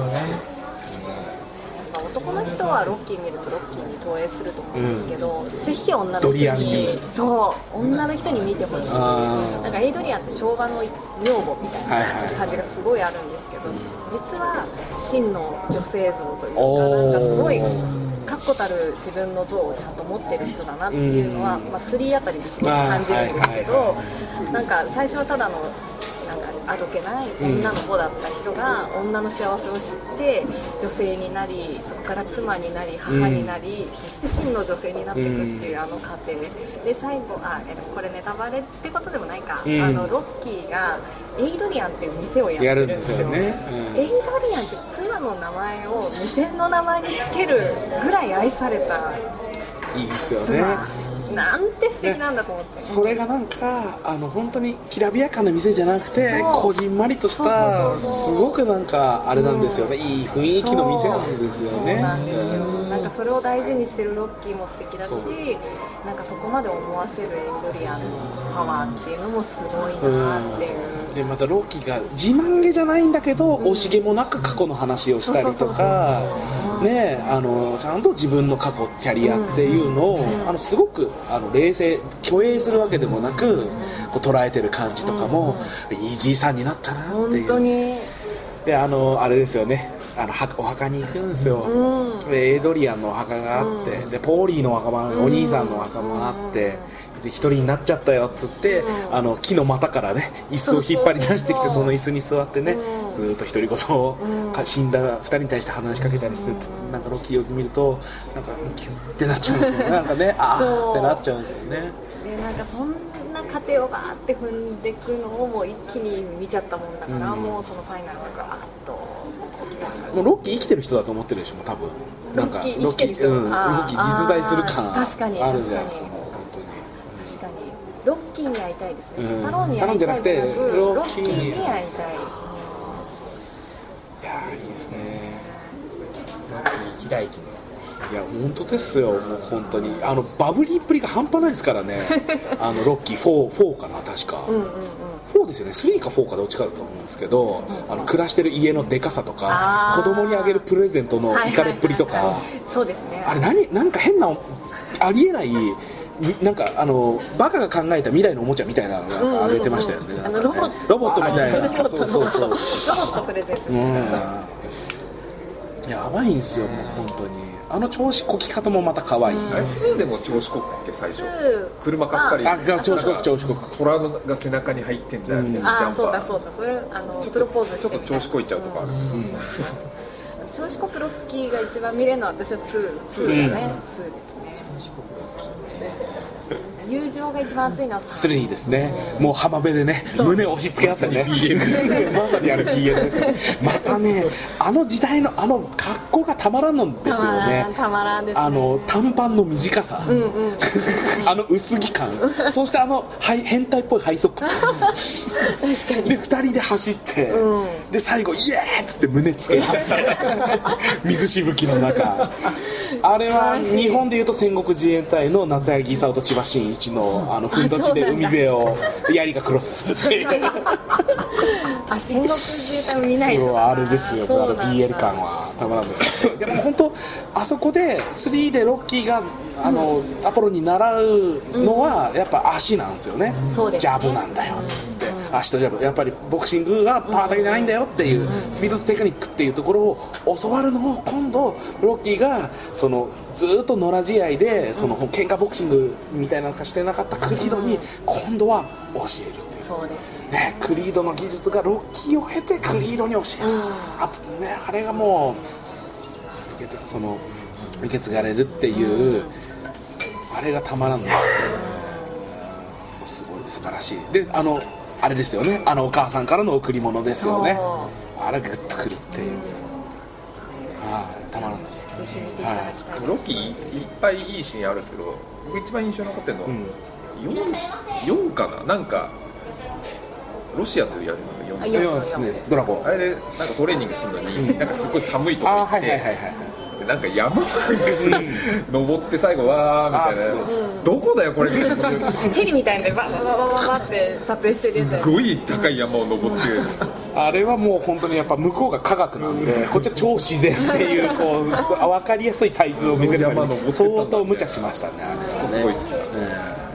男の人はロッキー見るとロッキーに投影すると思うんですけど、うん、ぜひ女の人にそう女の人に見てほしい。なんかエイドリアンって昭和の女房みたいな感じがすごいあるんですけど、はいはい、実は真の女性像というかなんかすごい確固たる自分の像をちゃんと持ってる人だなっていうのは、うんまあ、スリーあたりですごく感じるんですけど、なんか最初はただのなんかあどけない女の子だった人が女の幸せを知って女性になり、そこから妻になり母になり、うん、そして真の女性になっていくっていうあの過程で最後あこれネタバレってことでもないか、うん、あのロッキーがエイドリアンっていう店をやってるんですよ。 やるんですよね、うん、 エイドリアンって妻の名前を店の名前につけるぐらい愛されたいいですよね。 なんて素敵なんだと思って、 それがなんかあの本当にきらびやかな店じゃなくてこじんまりとしたすごくなんかあれなんですよね、うん、いい雰囲気の店なんですよね。そうなんですよ、 うん、なんかそれを大事にしてるロッキーも素敵だし、なんかそこまで思わせるエイドリアンのパワーっていうのもすごいなっていう、 うん、でまたロッキーが自慢げじゃないんだけど、うん、惜しげもなく過去の話をしたりとかね、あのちゃんと自分の過去キャリアっていうのを、うん、あのすごくあの冷静虚栄するわけでもなく、うん、こう捉えてる感じとかも、うん、いいじいさんになったなっていう。 本当にであのあれですよね、あのお墓に行くんですよ、うん、でエイドリアンのお墓があって、うん、でポーリーのお墓も、うん、お兄さんのお墓もあって、うん、一人になっちゃったよっつって、うん、あの木の股からね椅子を引っ張り出してきてその椅子に座ってね、うん、ずっと独り言を、うん、死んだふたりに対して話しかけたりする、うん、なんかロッキーを見るとなんかキュンってなっちゃうんですよねなんかねあーってなっちゃうんですよね。 でなんかそんな過程をバーって踏んでいくのをもう一気に見ちゃったもんだから、うん、もうそのファイナルがガーッともうロッキー生きてる人だと思ってるでしょ多分。 なんかロッキー生きてる人、 うん、ロッキー実在する感ある確かにじゃないですか。もう本当に確かにロッキーに会いたいですね、うん、スタローンに会いたいじゃなくてロッキーにに会いたい。いやいいですね。 ロッキー一代記ね。 いや本当ですよ、もう本当にあのバブリーっぷりが半端ないですからねあのロッキーフォー、フォーかな確か、うんうんうん、フォーですよね、スリーかフォーかどっちかだと思うんですけど、うんうん、あの暮らしてる家のでかさとか子供にあげるプレゼントのイカれっぷりとか、はいはいはいはい、 そうですね、 あれ何なんか変なありえないなんかあのバカが考えた未来のおもちゃみたいなのがあげてましたよね、うんうんうん、あのロボット、 ロボットみたいなそうそうそうロボットプレゼントして、うん、 やばいんですよ、もう本当にあの調子こき方もまた可愛い、うん、 あれツーでも調子こくっけ最初車買ったりあ調子こく調子こく虎が背中に入ってんだよみたいな、うん、ジャンパーあそうだそうだそれあのプロポーズしてちょっと調子こいちゃうとかある、うんうん、 調子こくロッキーが一番見れるのは私はツー、ツーだね、うん、ツーですね。友情が一番熱いのはスリーですね、うん、もう浜辺でね胸を押し付け合ってねまさにあれ ビーエル ですまたねあの時代のあの格好がたまらんのですよね、 たまらんですね、 あの短パンの短さ、うんうん、あの薄着感そしてあの変態っぽいハイソックス確かにでふたりで走って、うん、で最後イエーっつって胸つけ合って水しぶきの中あれは日本でいうと戦国自衛隊の夏柳功と千葉真一のあのふんどちで海辺を槍がクロスするっていうあ戦国自衛隊も見ないとあれですよ、あの ビーエル 感はたまらんですねでも本当あそこでスリーでロッキーがあの、うん、アポロに習うのはやっぱ足なんですよね、うん、ジャブなんだよっつって、うん、足とジャブやっぱりボクシングはパワーだけじゃないんだよっていう、うん、スピードとテクニックっていうところを教わるのを今度ロッキーがそのずっと野良試合でその喧嘩ボクシングみたいなのかしてなかったクリードに今度は教えるっていう、 そうですね、 ね、クリードの技術がロッキーを経てクリードに教える、うんあね、あれがもうその受け継がれるっていう、うん、あれがたまらんのですよね、うん、すごい素晴らしいであのあれですよね、あのお母さんからの贈り物ですよね、あれグッとくるっていう、うん、あたまらんです。 ぜひ見ていただきたいです、 はい、ロッキーいっぱいいいシーンあるんですけど僕一番印象に残ってるのは、うん、よん, よんかななんかロシアというやるのがよんですね、ドラゴンあれでなんかトレーニングするのになんかすごい寒いとこ行って、はいはいはいはい、なんか山登って最後わーみたいな、うん、どこだよこれヘリみたいなでババババババって撮影してるやつすごい高い山を登ってるあれはもう本当にやっぱ向こうが科学なんでこっちは超自然っていうこう分かりやすい対比を見せるために相当無茶しましたね、あれすごい好きなんですよ、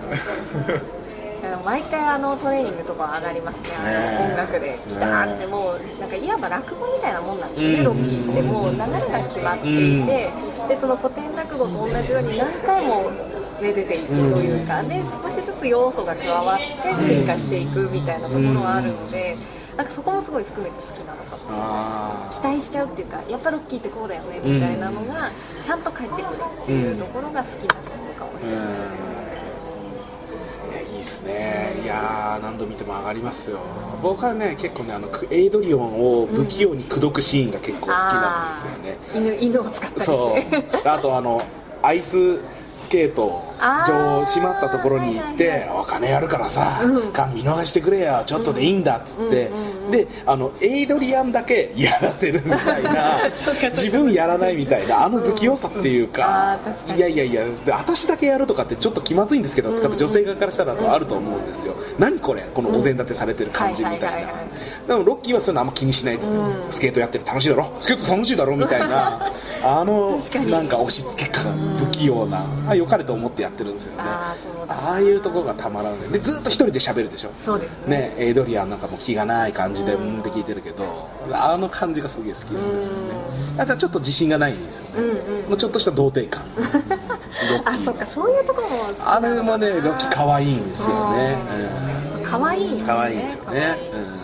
毎回あのトレーニングとか上がりますね、あの音楽で来たーってもうなんかいわば落語みたいなもんなんですね、ロッキーってもう流れが決まっていて、でその古典落語と同じように何回もめでていくというか、で少しずつ要素が加わって進化していくみたいなところがあるので、なんかそこもすごい含めて好きなのかもしれないです。期待しちゃうっていうか、やっぱロッキーってこうだよねみたいなのがちゃんと返ってくるっていうところが好きなところかもしれないですね。 いいですね、いやー何度見ても上がりますよ。僕はね結構ねあのエイドリオンを不器用に口説くシーンが結構好きなんですよね、 うん、犬, 犬を使ったりしてそうあとあのアイススケート場閉まったところに行ってお金やるからさ、缶見逃してくれよちょっとでいいんだっつって、であのエイドリアンだけやらせるみたいな自分やらないみたいなあの不器用さっていうか、いやいやいや私だけやるとかってちょっと気まずいんですけど、多分女性側からしたらあると思うんですよ。何これこのお膳立てされてる感じみたいな。でもロッキーはそういうのあんま気にしないですよ、スケートやってる楽しいだろスケート楽しいだろみたいなあのなんか押し付け感不器用なあ良かれと思ってやってるんですよね。 あ, ああいうところがたまらないで、ずっと一人で喋るでしょ。 そうですね。 ね、エイドリアンなんかも気がない感じでうんって聞いてるけど、あの感じがすげえ好きなんですよね。ただちょっと自信がないんですよね、うんうん、もうちょっとした童貞感あ、そっか、そういうところも好きなのかな。 あれもねロッキー可愛いんですよね。 可愛いんですね。 可愛いんですよね。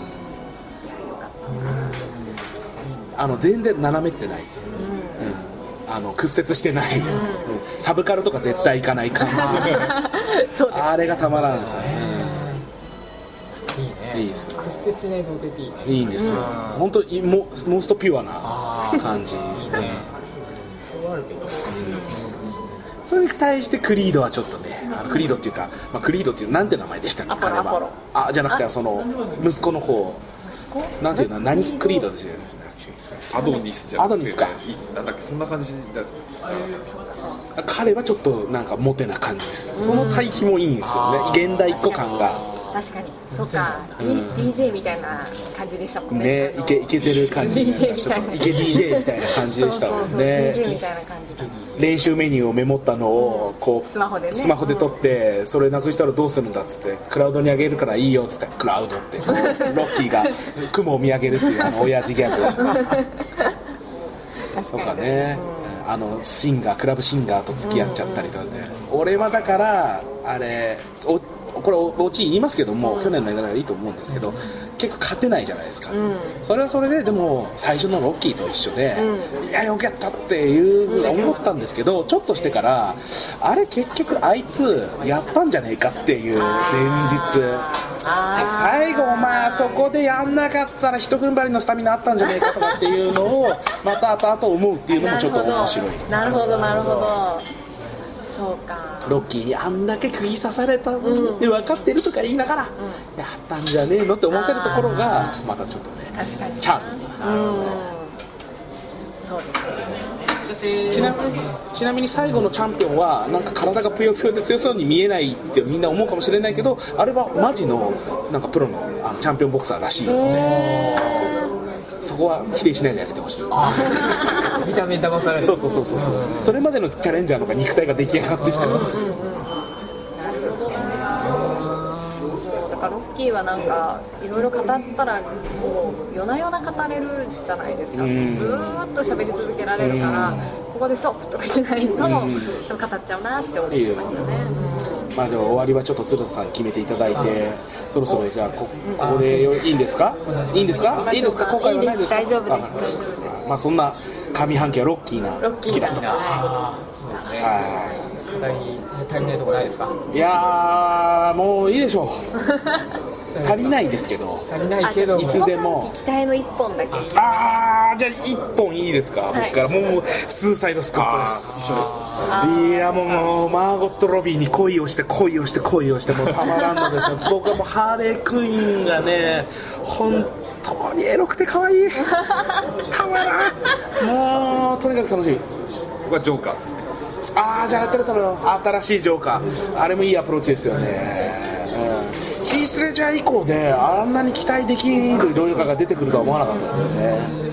あの全然斜めってない、うんうん、あの屈折してない、うんうん、サブカルとか絶対行かない感じそうです、ね、あれがたまらないですよね、 うん、いいね。いいですよ。屈折しない童貞っていいね。 いいんですよ、うん、本当にモーストピュアな感じ。いいね。そうあるべき、うん、それに対してクリードはちょっとね、あのクリードっていうか、まあ、クリードっていうなんて名前でしたっけ、彼は。あ、じゃなくてその息子の方、息子なんていうの、何クリードですよね。 アドニスじゃなくて、ね、 アドニスか、 なんだっけ、そんな感じだ。 彼はちょっとなんかモテな感じです。その対比もいいんですよね、現代っ子感が。 確かに、そうか、うん、ディージェー みたいな感じでしたもんね。 ね、イケイケてる感じ、 ディージェー みたいな、 イケ ディージェー みたいな感じでしたもんね。 そうそうそう、ディージェー みたいな感じだ。 練習メニューをメモったのをこう、 スマホでね、 スマホで撮って、うん、それなくしたらどうするんだっつって、クラウドにあげるからいいよっつって、クラウドってこうロッキーが雲を見上げるっていうあの親父ギャグとかね、うん、あのシンガークラブシンガーと付き合っちゃったりとかで、うんうん、俺はだからあれおこれオチ言いますけども、うん、去年の映画ならいいと思うんですけど、うん、結構勝てないじゃないですか、うん、それはそれででも最初のロッキーと一緒で、うん、いやよくやったっていうふうに思ったんですけど、ちょっとしてからあれ結局あいつやったんじゃねえかっていう、前日最後お前そこでやんなかったら一踏ん張りのスタミナあったんじゃねえかとかっていうのをまた後々思うっていうのもちょっと面白い。 なるほどなるほど、そうか。 ロッキーにあんだけ釘刺されたのに、うん、分かってるとか言いながら、うん、やったんじゃねえのって思わせるところがまたちょっとね、 確かにチャーミー、うん、 そうですね。 ちなみに、ちなみに最後のチャンピオンはなんか体がぷよぷよで強そうに見えないってみんな思うかもしれないけど、あれはマジのなんかプロの、あのチャンピオンボクサーらしいので、そこは否定しないであげてほしい。 見た目騙される。 そうそうそうそう、うん、それまでのチャレンジャーのが肉体が出来上がってるから、うんうんうん、なるほどね。だからロッキーはなんかいろいろ語ったらもう夜な夜な語れるじゃないですか、うん、ずーっと喋り続けられるから、うん、ここでストップとかしないと、うん、語っちゃうなって思ってましたね。 うん、まあでも終わりはちょっと鶴田さんに決めていただいて、そろそろじゃあ こ, ここでいいんですか、いいんですか、いいですか、後悔はないですか。 大丈夫です。 まあそんな上半期はロッキーな好きだとか、はい、 語り足りないとこないですか。 いやーもういいでしょう足りないですけど、 足りないけどいつでも期待の一本だけ。 あーじゃあ一本いいですか、はい、僕からもうスーサイドスクワットです。 一緒です。 いやもう、もうマーゴット・ロビーに恋をして恋をして恋をしてもうたまらんのですよ僕はもうハーレークイーンがね本当にエロくて可愛いたまらん、もうとにかく楽しみ。 僕はジョーカーですね。 ああじゃあやってるための新しいジョーカー、あれもいいアプローチですよね、うん、ヒースレジャー以降であんなに期待できるジョーカーが出てくるとは思わなかったですよね。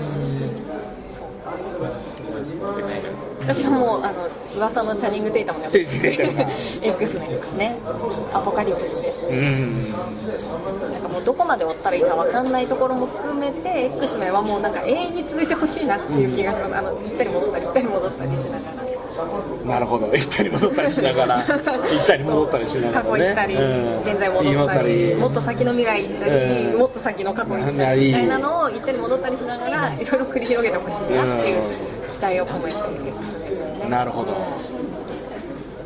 私はもうあの噂のチャニング・テイタムのやつ X メンですね、アポカリプスですね、うん、なんかもうどこまで追ったらいいか分かんないところも含めて X メンはもうなんか永遠に続いてほしいなっていう気がします。あの行ったり戻ったり行ったり戻ったりしながら。 なるほど、行ったり戻ったりしながら行ったり戻ったりしながらね、 過去行ったり、うん、現在戻ったり、もっと先の未来行ったり、うん、もっと先の過去行ったりみたいなのを行ったり戻ったりしながらいろいろ繰り広げてほしいなっていう期待を込めている X メンですね。 なるほど。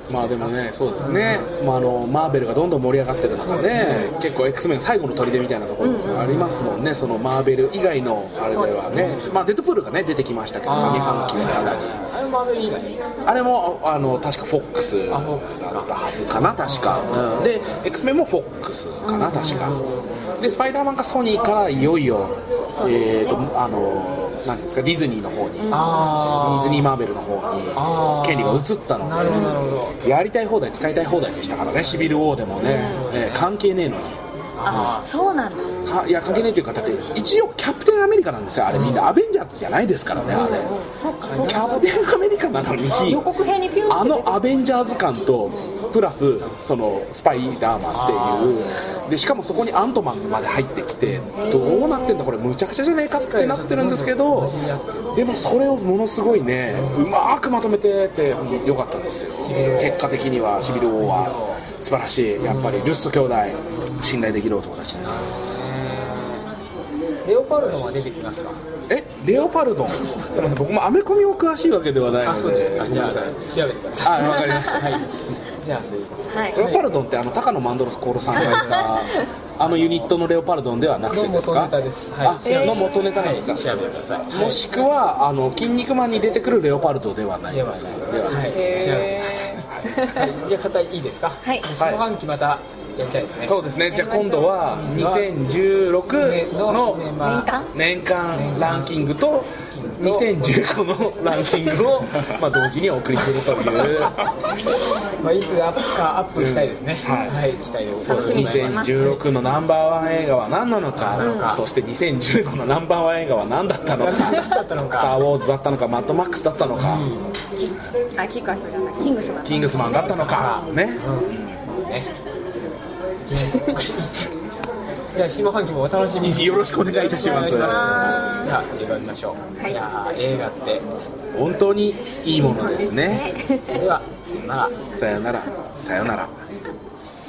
まあでもね、そうですね、まあ、あのマーベルがどんどん盛り上がってる中で、結構 X メン最後の砦みたいなところがありますもんね、そのマーベル以外のあれではね、まあ、デッドプールがね出てきましたけど、上半期はかなり。 あれマーベル以外あれもあの確かフォックスだったはずかな、確か、うん、で X メンもフォックスかな、確かで、スパイダーマンがソニーからいよいよ、えーとあのなんですか、ディズニーの方に、ディズニーマーベルの方に権利が移ったので、やりたい放題使いたい放題でしたからね、シビルウォーでもね、えー、関係ねえのに。 あ、そうなんだ。 かいや関係ないというか、だって一応キャプテンアメリカなんですよ、あれみんなアベンジャーズじゃないですからね、あれ。 そうかそうか。 キャプテンアメリカなのに予告編にピュンあのアベンジャーズ感とプラスそのスパイダーマンっていうで、しかもそこにアントマンまで入ってきて、どうなってんだこれ、むちゃくちゃじゃねえかってなってるんですけど、でもそれをものすごいね、うまくまとめててよかったんですよ。結果的にはシビルウォーは素晴らしい。やっぱりルッソ兄弟信頼できる男たちです。 レオパルドンは出てきますか？ え、レオパルドン、すみません、僕もアメコミを詳しいわけではないので。 あ、そうですか。じゃあ調べてください。 あ、わかりました。はい。 じゃあそういうこと。 はい。 レオパルドンってあの高野マンドロスコールさんがいたあのユニットのレオパルドンではなくてですか？ の元ネタです。はい。 あ、の元ネタなんですか？ はい、調べてください。 もしくはあの筋肉マンに出てくるレオパルドではないではですか？ ないです。はい。調べてください。はい。じゃあ方いいですか？ はい。 下半期またやりたいですね。 そうですね。じゃあ今度はにせんじゅうろくの年間年間ランキングとにせんじゅうごのランキングをまあ同時にお送りするというまあいつアップかアップしたいですね。 うん、はい、 はい、したいでございます。 にせんじゅうろくのナンバーワン映画は何なのか、うん、そしてにせんじゅうごのナンバーワン映画は何だったのか、スター・ウォーズだったのか、マッドマックスだったのか、うん、 あ、キックアスじゃない、キングスマンキングスマンだったのかね、 うんうん、ねじゃあ下半期もお楽しみによろしくお願いいたします。 じゃあ映画見ましょう。はい、じゃあ映画って本当にいいものですね。 ではさよならさよならさよなら。